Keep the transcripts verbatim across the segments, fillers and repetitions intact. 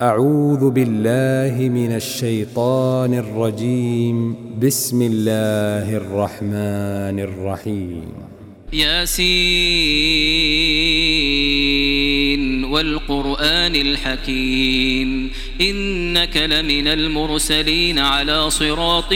أعوذ بالله من الشيطان الرجيم. بسم الله الرحمن الرحيم. ياسين والقرآن الحكيم إنك لمن المرسلين على صراط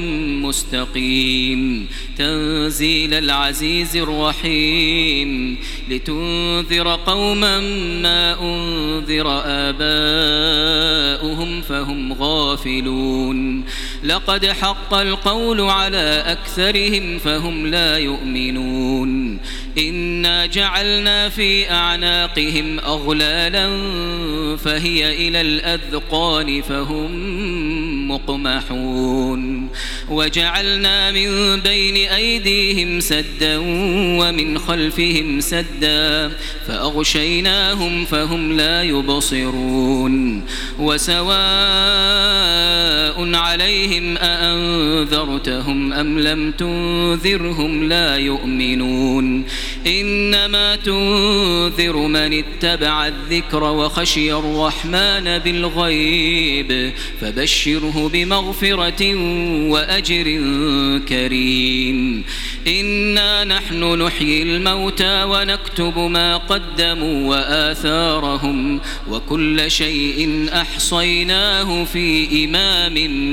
مستقيم تنزيل العزيز الرحيم لتنذر قوما ما أنذر آباؤهم فهم غافلون لقد حق القول على أكثرهم فهم لا يؤمنون إنا جعلنا في أعناقهم أغلالا فهي إلى الأذقان فهم مقمحون وجعلنا من بين أيديهم سدا ومن خلفهم سدا فأغشيناهم فهم لا يبصرون وسواء عليهم أأنذرتهم أم لم تنذرهم لا يؤمنون إنما تنذر من اتبع الذكر وخشي الرحمن بالغيب فبشره بمغفرة وأجر كريم إنا نحن نحيي الموتى ونكتب ما قدموا وآثارهم وكل شيء أحصيناه في إمام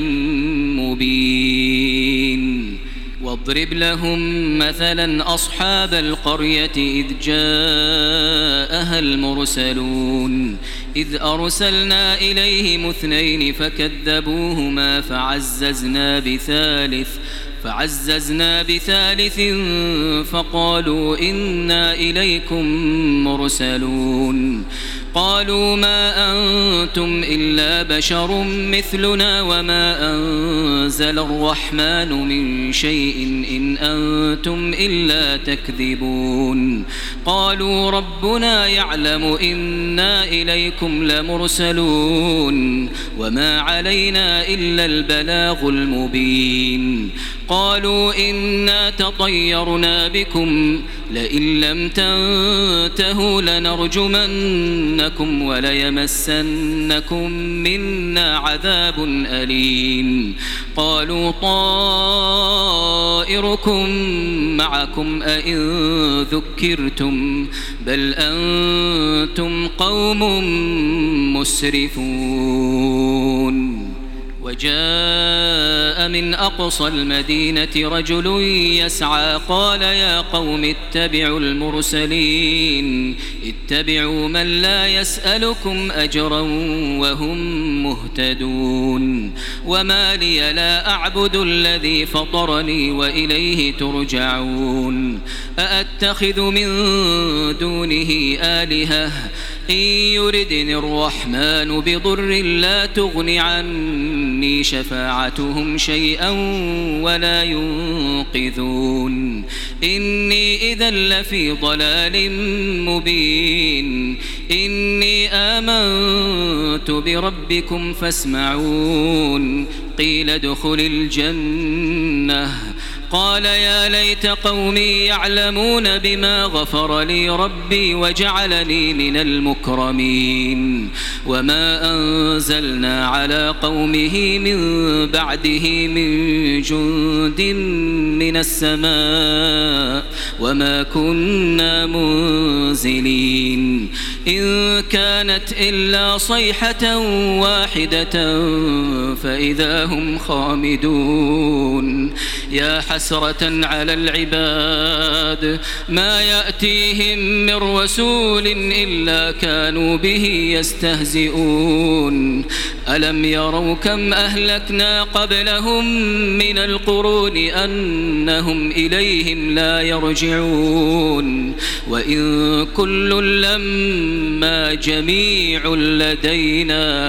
مبين واضرب لهم مثلا أصحاب القرية إذ جاءها المرسلون إذ أرسلنا إليهم اثنين فكذبوهما فعززنا بثالث فعززنا بثالث فقالوا إنا إليكم مرسلون قالوا ما أنتم إلا بشر مثلنا وما أنزل الرحمن من شيء إن أنتم إلا تكذبون قالوا ربنا يعلم إنا إليكم لمرسلون وما علينا إلا البلاغ المبين قالوا إنا تطيرنا بكم لئن لم تنتهوا لنرجمنكم وليمسنكم منا عذاب أليم قالوا طائركم معكم أئن ذكرتم بل أنتم قوم مسرفون وجاء من أقصى المدينة رجل يسعى قال يا قوم اتبعوا المرسلين اتبعوا من لا يسألكم أجرا وهم مهتدون وما لي لا أعبد الذي فطرني وإليه ترجعون أأتخذ من دونه آلهة إن يردني الرحمن بضر لا تغن عني شفاعتهم شيئا ولا ينقذون إني إذا لفي ضلال مبين إني آمنت بربكم فاسمعون قيل ادخل الجنة قال يا ليت قومي يعلمون بما غفر لي ربي وجعلني من المكرمين وما أنزلنا على قومه من بعده من جند من السماء وما كنا منزلين إن كانت إلا صيحة واحدة فإذا هم خامدون يا حسرة على العباد ما يأتيهم من رسول إلا كانوا به يستهزئون ألم يروا كم أهلكنا قبلهم من القرون أنهم إليهم لا يرجعون وإن كل لما جميع لدينا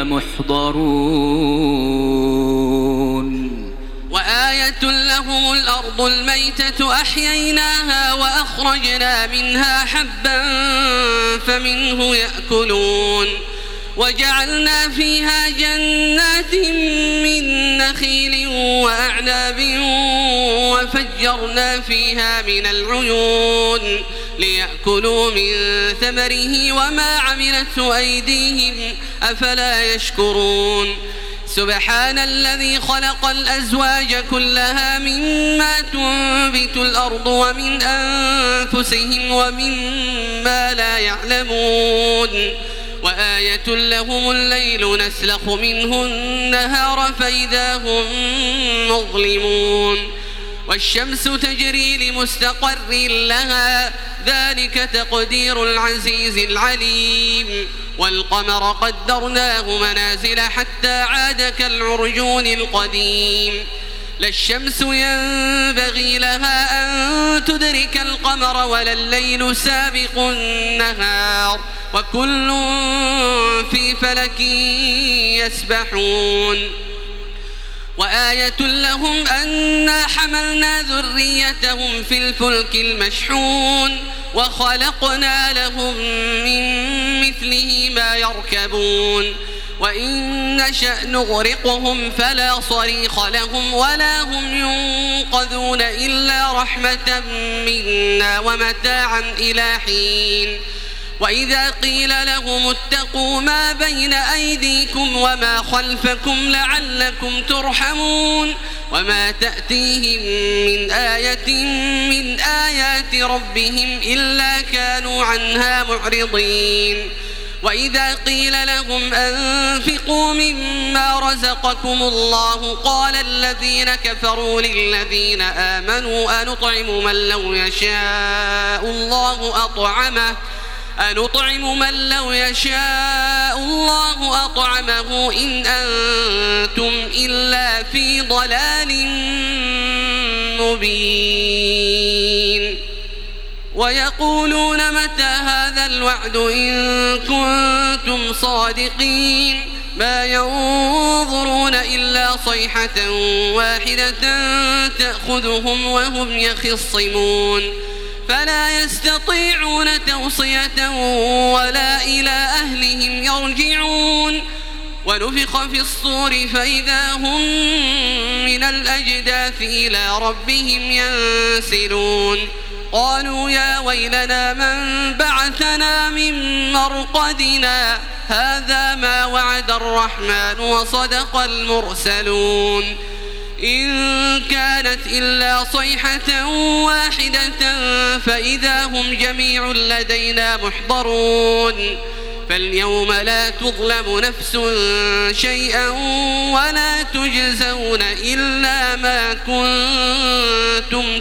محضرون وآية لهم الأرض الميتة أحييناها وأخرجنا منها حبا فمنه يأكلون وجعلنا فيها جنات من نخيل وأعناب وفجرنا فيها من العيون ليأكلوا من ثمره وما عملته أيديهم أفلا يشكرون سبحان الذي خلق الأزواج كلها مما تنبت الأرض ومن أنفسهم ومما لا يعلمون وآية لهم الليل نسلخ منه النهار فإذا هم مظلمون والشمس تجري لمستقر لها ذلك تقدير العزيز العليم والقمر قدرناه منازل حتى عاد كالعرجون القديم لا الشمس ينبغي لها أن تدرك القمر ولا الليل سابق النهار وكل في فلك يسبحون وآية لهم أنا حملنا ذريتهم في الفلك المشحون وخلقنا لهم من مثله ما يركبون وإن نشأ نغرقهم فلا صريخ لهم ولا هم ينقذون إلا رحمة منا ومتاعا إلى حين وإذا قيل لهم اتقوا ما بين أيديكم وما خلفكم لعلكم ترحمون وما تأتيهم من آية من آيات ربهم إلا كانوا عنها معرضين وإذا قيل لهم أنفقوا مما رزقكم الله قال الذين كفروا للذين آمنوا أنطعم من لو يشاء الله أطعمه أنطعم من لو يشاء الله أطعمه إن أنتم إلا في ضلال مبين ويقولون متى هذا الوعد إن كنتم صادقين ما ينظرون إلا صيحة واحدة تأخذهم وهم يخصمون فلا يستطيعون توصية ولا إلى أهلهم يرجعون ونفخ في الصور فإذا هم من الأجداث إلى ربهم ينسلون قالوا يا ويلنا من بعثنا من مرقدنا هذا ما وعد الرحمن وصدق المرسلون إن كانت إلا صيحة واحدة فإذا هم جميع لدينا محضرون فاليوم لا تظلم نفس شيئا ولا تجزون إلا ما كنتم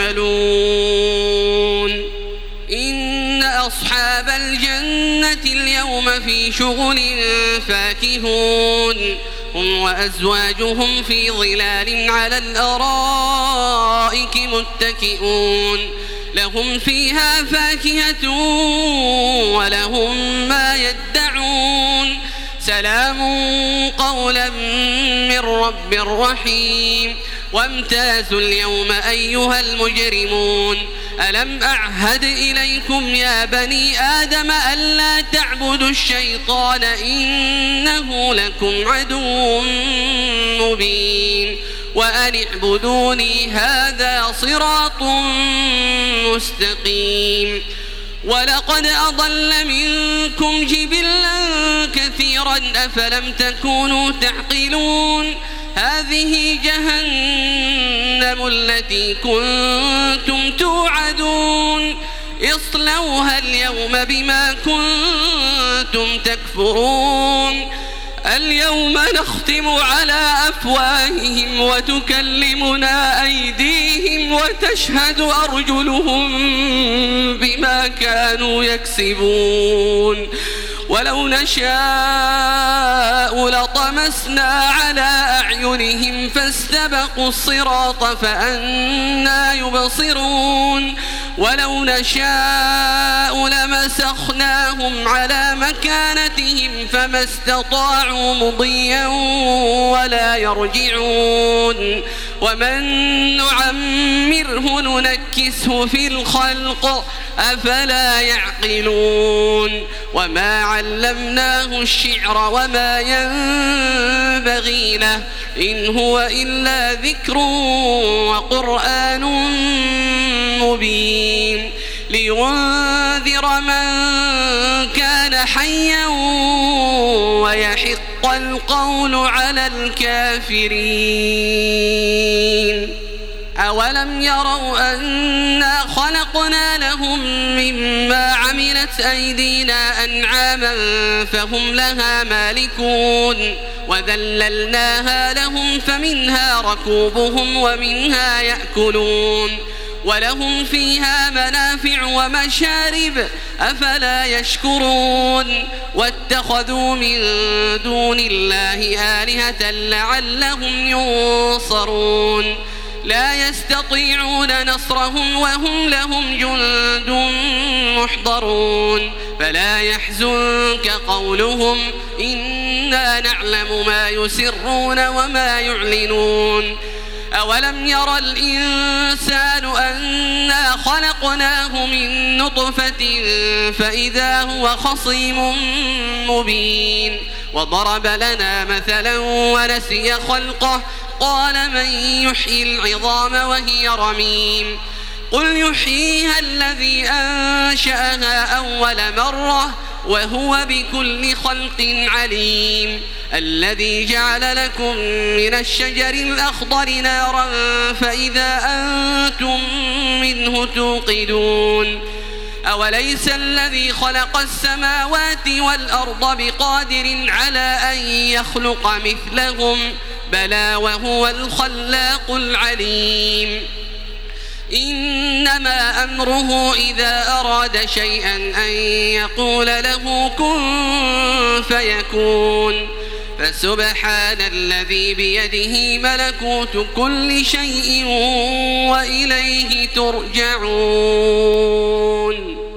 تعملون إن أصحاب الجنة اليوم في شغل فاكهون هم وأزواجهم في ظلال على الأرائك متكئون لهم فيها فاكهة ولهم ما يدعون سلام قولا من رب رحيم وامتازوا اليوم أيها المجرمون ألم أعهد إليكم يا بني آدم ألا تعبدوا الشيطان إنه لكم عدو مبين وأن اعبدوني هذا صراط مستقيم ولقد أضل منكم جبلا كثيرا أفلم تكونوا تعقلون هذه جهنم التي كنتم توعدون اصلوها اليوم بما كنتم تكفرون اليوم نختم على أفواههم وتكلمنا أيديهم وتشهد أرجلهم بما كانوا يكسبون ولو نشاء لطمسنا على أعينهم فاستبقوا الصراط فأنى يبصرون ولو نشاء لمسخناهم على مكانتهم فما استطاعوا مضيا ولا يرجعون ومن نعمره ننكسه في الخلق أفلا يعقلون وما علمناه الشعر وما ينبغي له إن هو إلا ذكر وقرآن مبين لينذر من كان حيا ويحق القول على الكافرين. أولم يروا أنا خلقنا لهم مما عملت أيدينا أنعاما فهم لها مالكون وذللناها لهم فمنها ركوبهم ومنها يأكلون ولهم فيها منافع ومشارب أفلا يشكرون واتخذوا من دون الله آلهة لعلهم ينصرون لا يستطيعون نصرهم وهم لهم جند محضرون فلا يحزنك قولهم إنا نعلم ما يسرون وما يعلنون. أولم ير الإنسان أنا خلقناه من نطفة فإذا هو خصيم مبين وضرب لنا مثلا ونسي خلقه قال من يحيي العظام وهي رميم قل يحييها الذي أنشأها أول مرة وهو بكل خلق عليم الذي جعل لكم من الشجر الأخضر نارا فإذا أنتم منه توقدون أوليس الذي خلق السماوات والأرض بقادر على أن يخلق مثلهم بلى وهو الخلاق العليم. إنما أمره إذا أراد شيئا أن يقول له كن فيكون فسبحان الذي بيده ملكوت كل شيء وإليه ترجعون.